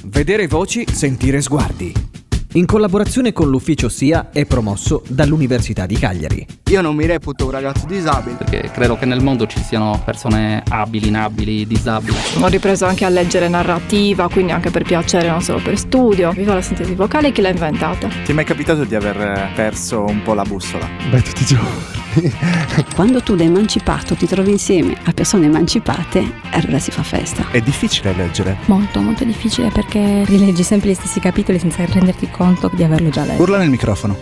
Vedere voci, sentire sguardi. In collaborazione con l'ufficio SIA è promosso dall'Università di Cagliari. Io non mi reputo un ragazzo disabile, perché credo che nel mondo ci siano persone abili, inabili, disabili. Ho ripreso anche a leggere narrativa, quindi anche per piacere, non solo per studio. Viva la sintesi vocale, chi l'ha inventata? Ti è mai capitato di aver perso un po' la bussola? Beh, tutti i giorni. Quando tu da emancipato ti trovi insieme a persone emancipate, allora si fa festa. È difficile leggere? Molto, molto difficile, perché rileggi sempre gli stessi capitoli senza renderti conto di averlo già letto. Urla nel microfono.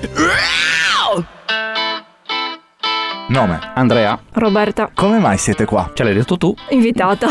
Nome? Andrea. Roberta. Come mai siete qua? Ce l'hai detto tu. Invitata.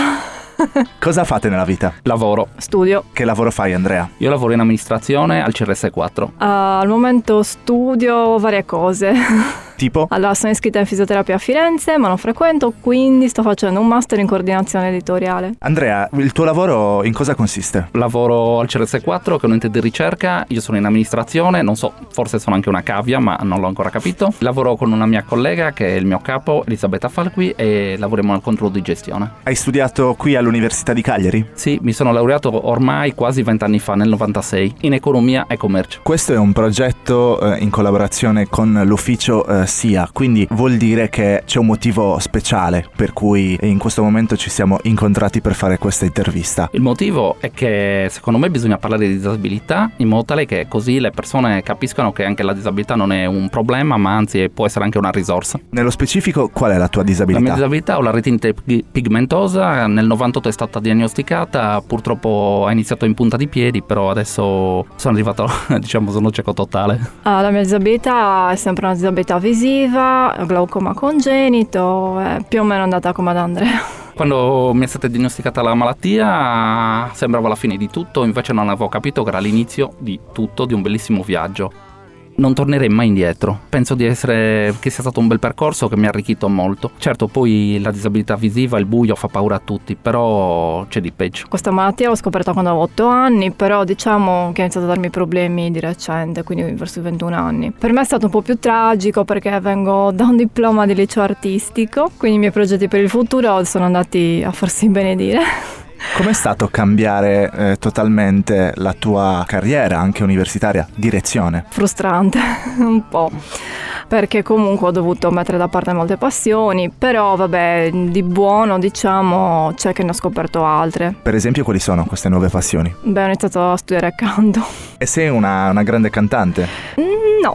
Cosa fate nella vita? Lavoro. Studio. Che lavoro fai, Andrea? Io lavoro in amministrazione al CRS4. Al momento studio varie cose. Tipo? Allora, sono iscritta in fisioterapia a Firenze, ma non frequento, quindi sto facendo un master in coordinazione editoriale. Andrea, il tuo lavoro in cosa consiste? Lavoro al CRS4, che è un ente di ricerca. Io sono in amministrazione, non so, forse sono anche una cavia, ma non l'ho ancora capito. Lavoro con una mia collega, che è il mio capo, Elisabetta Falqui, e lavoriamo al controllo di gestione. Hai studiato qui all'Università di Cagliari? Sì, mi sono laureato ormai quasi 20 anni fa, nel 96, in economia e commercio. Questo è un progetto in collaborazione con l'ufficio SIA, quindi vuol dire che c'è un motivo speciale per cui in questo momento ci siamo incontrati per fare questa intervista. Il motivo è che secondo me bisogna parlare di disabilità in modo tale che così le persone capiscano che anche la disabilità non è un problema, ma anzi può essere anche una risorsa. Nello specifico, qual è la tua disabilità? La mia disabilità, ho la retinite pigmentosa, nel 98 è stata diagnosticata, purtroppo ha iniziato in punta di piedi, però adesso sono arrivato, diciamo, sono cieco totale. La mia disabilità è sempre una disabilità visiva, glaucoma congenito, è più o meno andata come ad Andrea. Quando mi è stata diagnosticata la malattia sembrava la fine di tutto, invece non avevo capito che era l'inizio di tutto, di un bellissimo viaggio. Non tornerei mai indietro. Penso che sia stato un bel percorso che mi ha arricchito molto. Certo, poi la disabilità visiva, il buio fa paura a tutti, però c'è di peggio. Questa malattia l'ho scoperta quando avevo 8 anni, però diciamo che ha iniziato a darmi problemi di recente, quindi verso i 21 anni. Per me è stato un po' più tragico perché vengo da un diploma di liceo artistico, quindi i miei progetti per il futuro sono andati a farsi benedire. Com'è stato cambiare totalmente la tua carriera, anche universitaria, direzione? Frustrante, un po', perché comunque ho dovuto mettere da parte molte passioni, però vabbè, di buono diciamo c'è che ne ho scoperto altre. Per esempio, quali sono queste nuove passioni? Beh, ho iniziato a studiare canto. E sei una grande cantante? No,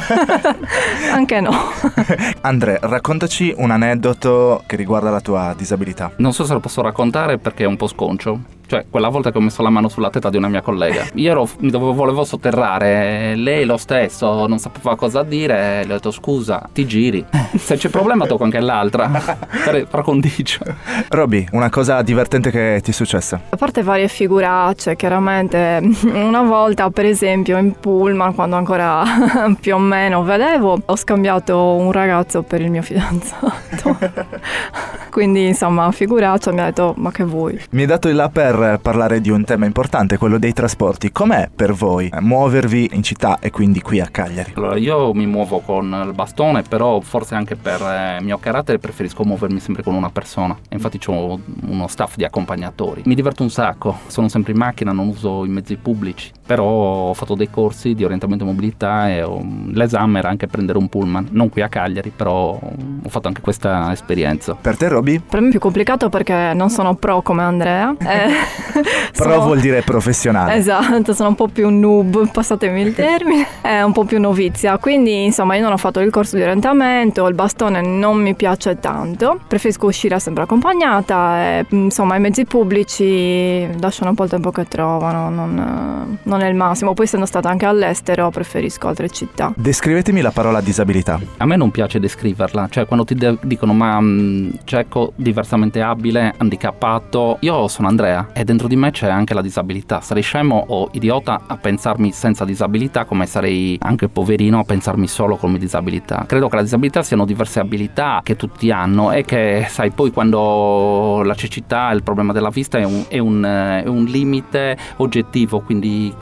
anche no. Andrea, raccontaci un aneddoto che riguarda la tua disabilità. Non so se lo posso raccontare perché è un po' sconcio. Cioè, quella volta che ho messo la mano sulla testa di una mia collega, volevo sotterrare, lei lo stesso non sapeva cosa dire, le ho detto scusa, ti giri, se c'è problema tocco anche l'altra, per condicio. Roby, una cosa divertente che ti è successa? A parte varie figuracce, chiaramente, una volta per esempio in pullman, quando ancora più o meno vedevo, ho scambiato un ragazzo per il mio fidanzato. Quindi insomma, figuraccia, mi ha detto ma che vuoi? Mi hai dato il là per parlare di un tema importante, quello dei trasporti. Com'è per voi muovervi in città e quindi qui a Cagliari? Allora, io mi muovo con il bastone, però forse anche per mio carattere preferisco muovermi sempre con una persona. Infatti ho uno staff di accompagnatori. Mi diverto un sacco, sono sempre in macchina, non uso i mezzi pubblici, però ho fatto dei corsi di orientamento e mobilità e l'esame era anche prendere un pullman, non qui a Cagliari, però ho fatto anche questa esperienza. Per te, Roby? Per me è più complicato perché non sono pro come Andrea. Pro vuol dire professionale. Esatto, sono un po' più noob, passatemi il termine, è un po' più novizia, quindi insomma io non ho fatto il corso di orientamento, il bastone non mi piace tanto, preferisco uscire sempre accompagnata e insomma i mezzi pubblici lasciano un po' il tempo che trovano, non è il massimo, poi essendo stata anche all'estero preferisco altre città. Descrivetemi la parola disabilità. A me non piace descriverla, cioè quando ti dicono ma cieco, diversamente abile, handicappato, io sono Andrea e dentro di me c'è anche la disabilità. Sarei scemo o idiota a pensarmi senza disabilità, come sarei anche poverino a pensarmi solo come disabilità. Credo che la disabilità siano diverse abilità che tutti hanno e che, sai, poi quando la cecità, il problema della vista è un limite oggettivo, quindi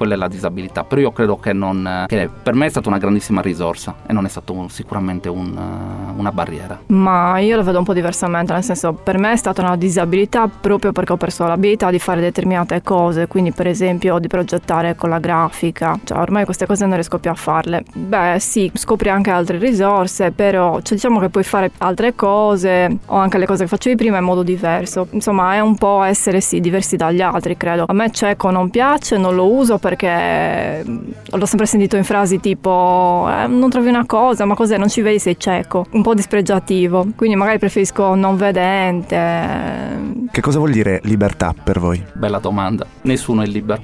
quella è la disabilità, però io credo che per me è stata una grandissima risorsa e non è stato sicuramente una barriera. Ma io lo vedo un po' diversamente, nel senso, per me è stata una disabilità proprio perché ho perso l'abilità di fare determinate cose, quindi per esempio di progettare con la grafica, cioè ormai queste cose non riesco più a farle. Beh sì, scopri anche altre risorse, però diciamo che puoi fare altre cose o anche le cose che facevi prima in modo diverso, insomma è un po' essere diversi dagli altri, credo. A me cieco non piace, non lo uso perché l'ho sempre sentito in frasi tipo non trovi una cosa, ma cos'è, non ci vedi, sei cieco, un po' dispregiativo, quindi magari preferisco non vedente. Che cosa vuol dire libertà per voi? Bella domanda, nessuno è libero.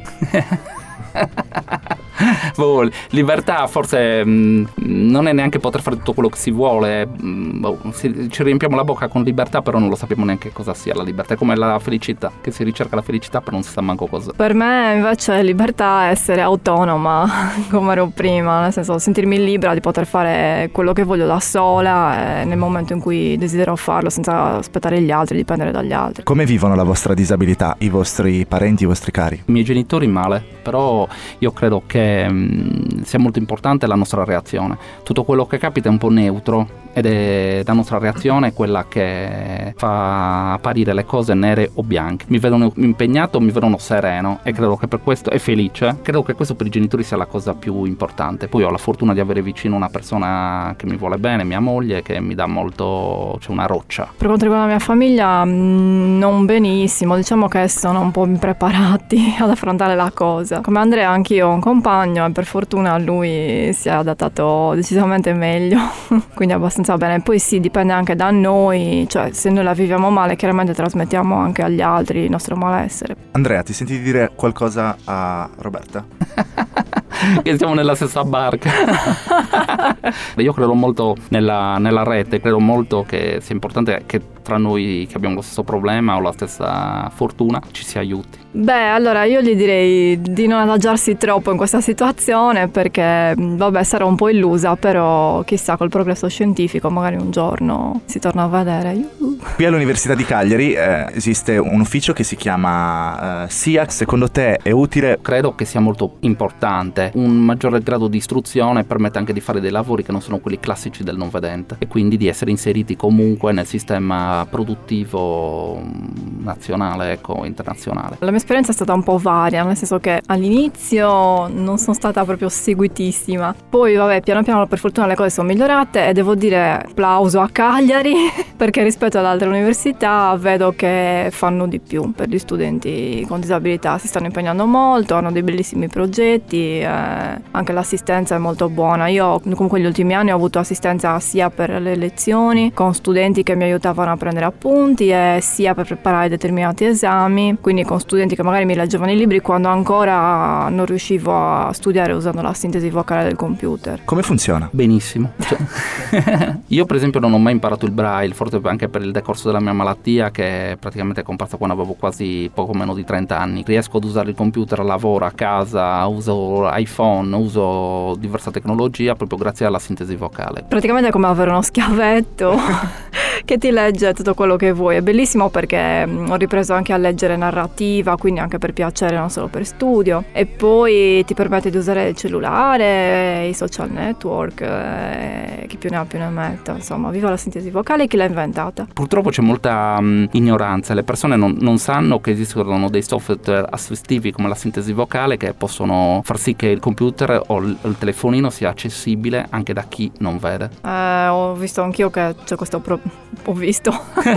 Libertà forse non è neanche poter fare tutto quello che si vuole, ci riempiamo la bocca con libertà, però non lo sappiamo neanche cosa sia la libertà. È come la felicità, che si ricerca la felicità però non si sa manco cosa. Per me invece libertà è essere autonoma come ero prima, nel senso sentirmi libera di poter fare quello che voglio da sola nel momento in cui desidero farlo, senza aspettare gli altri, dipendere dagli altri. Come vivono la vostra disabilità i vostri parenti, i vostri cari? I miei genitori male, però io credo che sia molto importante la nostra reazione. Tutto quello che capita è un po' neutro ed è la nostra reazione quella che fa apparire le cose nere o bianche. Mi vedono impegnato, mi vedono sereno e credo che per questo, e felice, credo che questo per i genitori sia la cosa più importante. Poi ho la fortuna di avere vicino una persona che mi vuole bene, mia moglie, che mi dà molto, c'è una roccia. Per quanto riguarda la mia famiglia non benissimo, diciamo che sono un po' impreparati ad affrontare la cosa. Come Andrea anch'io ho un compagno e per fortuna lui si è adattato decisamente meglio, quindi abbastanza bene. Poi sì, dipende anche da noi, cioè se noi la viviamo male chiaramente trasmettiamo anche agli altri il nostro malessere. Andrea, ti senti dire qualcosa a Roberta? Che siamo nella stessa barca. Io credo molto nella rete, credo molto che sia importante che tra noi che abbiamo lo stesso problema o la stessa fortuna ci si aiuti. Beh, allora io gli direi di non adagiarsi troppo in questa situazione perché, vabbè, sarò un po' illusa, però chissà, col progresso scientifico magari un giorno si torna a vedere. Qui all'Università di Cagliari esiste un ufficio che si chiama SIA. Secondo te è utile? Credo che sia molto importante. Un maggiore grado di istruzione permette anche di fare dei lavori che non sono quelli classici del non vedente e quindi di essere inseriti comunque nel sistema produttivo nazionale, internazionale. La mia esperienza è stata un po' varia, nel senso che all'inizio non sono stata proprio seguitissima, poi vabbè, piano piano per fortuna le cose sono migliorate e devo dire applauso a Cagliari perché rispetto ad altre università vedo che fanno di più per gli studenti con disabilità, si stanno impegnando molto, hanno dei bellissimi progetti, anche l'assistenza è molto buona. Io comunque negli ultimi anni ho avuto assistenza sia per le lezioni con studenti che mi aiutavano a prendere appunti e sia per preparare determinati esami, quindi con studenti che magari mi leggevano i libri quando ancora non riuscivo a studiare usando la sintesi vocale del computer. Come funziona? Benissimo. Io per esempio non ho mai imparato il braille, forse anche per il decorso della mia malattia che praticamente è comparsa quando avevo quasi poco meno di 30 anni. Riesco ad usare il computer, lavoro a casa, uso iPhone, uso diversa tecnologia proprio grazie alla sintesi vocale. Praticamente è come avere uno schiavetto che ti legge tutto quello che vuoi. È bellissimo perché ho ripreso anche a leggere narrativa, quindi anche per piacere, non solo per studio, e poi ti permette di usare il cellulare, i social network, chi più ne ha più ne metta. Insomma, viva la sintesi vocale e chi l'ha inventata. Purtroppo c'è molta ignoranza, le persone non sanno che esistono dei software assistivi come la sintesi vocale che possono far sì che il computer o il telefonino sia accessibile anche da chi non vede. Ho visto anch'io che c'è questo ho visto.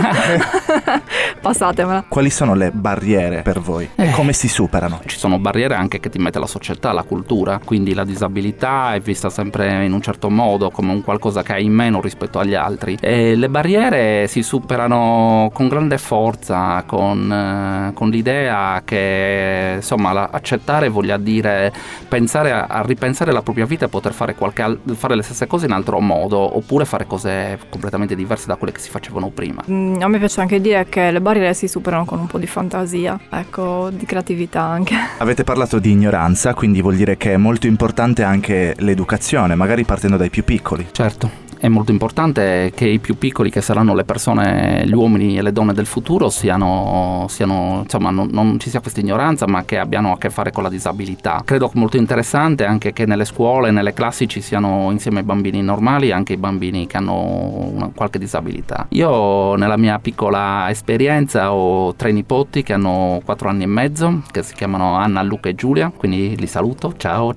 Passatemela. Quali sono le barriere per voi? Come si superano? Ci sono barriere anche che ti mette la società, la cultura, quindi la disabilità è vista sempre in un certo modo come un qualcosa che hai in meno rispetto agli altri e le barriere si superano con grande forza, con l'idea che insomma accettare voglia dire pensare a ripensare la propria vita e poter fare le stesse cose in altro modo oppure fare cose completamente diverse da quelle che si facevano prima. A me piace anche dire che le barriere si superano con un po' di fantasia, ecco, di creatività anche. Avete parlato di ignoranza, quindi vuol dire che è molto importante anche l'educazione, magari partendo dai più piccoli. Certo, È molto importante che i più piccoli, che saranno le persone, gli uomini e le donne del futuro, siano insomma, non ci sia questa ignoranza, ma che abbiano a che fare con la disabilità. Credo molto interessante anche che nelle scuole, nelle classi ci siano insieme ai bambini normali anche i bambini che hanno qualche disabilità. Io nella mia piccola esperienza ho 3 nipoti che hanno 4 anni e mezzo, che si chiamano Anna, Luca e Giulia, quindi li saluto, ciao.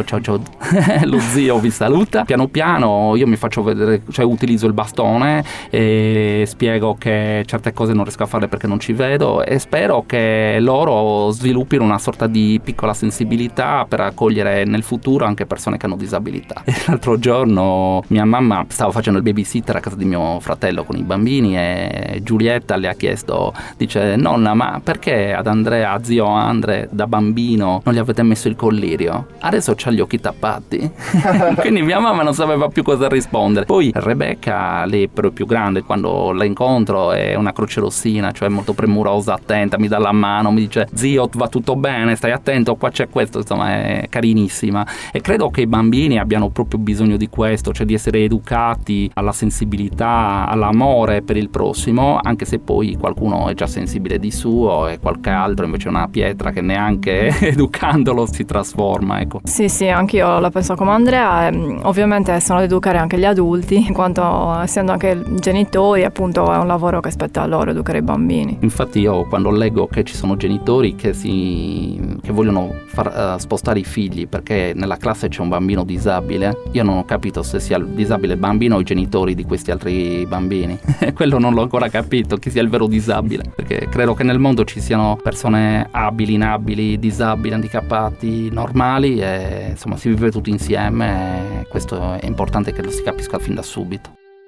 Lo zio vi saluta. Piano piano io mi faccio vedere, cioè utilizzo il bastone e spiego che certe cose non riesco a fare perché non ci vedo, e spero che loro sviluppino una sorta di piccola sensibilità per accogliere nel futuro anche persone che hanno disabilità. E l'altro giorno mia mamma stava facendo il babysitter a casa di mio fratello con i bambini e Giulietta le ha chiesto, dice: nonna, ma perché ad Andrea, a zio Andre, da bambino non gli avete messo il collirio? Adesso c'ha gli occhi tappati. Quindi mia mamma non sapeva più cosa rispondere. Poi Rebecca, lei però è più grande, quando la incontro è una crocerossina, cioè molto premurosa, attenta, mi dà la mano, mi dice: zio, va tutto bene, stai attento, qua c'è questo, insomma è carinissima. E credo che i bambini abbiano proprio bisogno di questo, cioè di essere educati alla sensibilità, all'amore per il prossimo, anche se poi qualcuno è già sensibile di suo e qualche altro invece è una pietra che neanche educandolo si trasforma, ecco. Sì, anch'io la penso come Andrea. Ovviamente sono ad educare anche gli adulti, in quanto essendo anche genitori, appunto, è un lavoro che spetta a loro educare i bambini. Infatti io quando leggo che ci sono genitori che vogliono far spostare i figli perché nella classe c'è un bambino disabile, io non ho capito se sia il disabile bambino o i genitori di questi altri bambini. Quello non l'ho ancora capito, chi sia il vero disabile, perché credo che nel mondo ci siano persone abili, inabili, disabili, handicappati, normali, e insomma si vive tutti insieme, e questo è importante che lo si capisca fin da subito.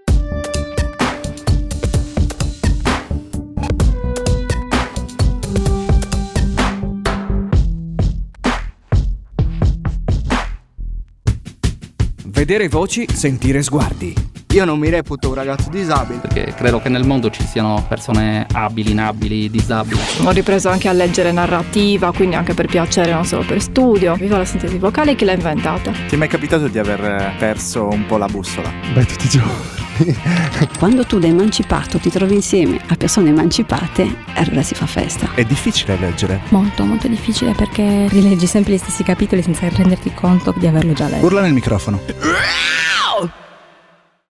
Vedere voci, sentire sguardi. Io non mi reputo un ragazzo disabile. Perché credo che nel mondo ci siano persone abili, inabili, disabili. Ho ripreso anche a leggere narrativa, quindi anche per piacere, non solo per studio. Viva la sintesi vocale, chi l'ha inventata? Ti è mai capitato di aver perso un po' la bussola? Beh, tutti i giorni. Quando tu da emancipato ti trovi insieme a persone emancipate, allora si fa festa. È difficile leggere. Molto, molto difficile perché rileggi sempre gli stessi capitoli senza renderti conto di averlo già letto. Urla nel microfono.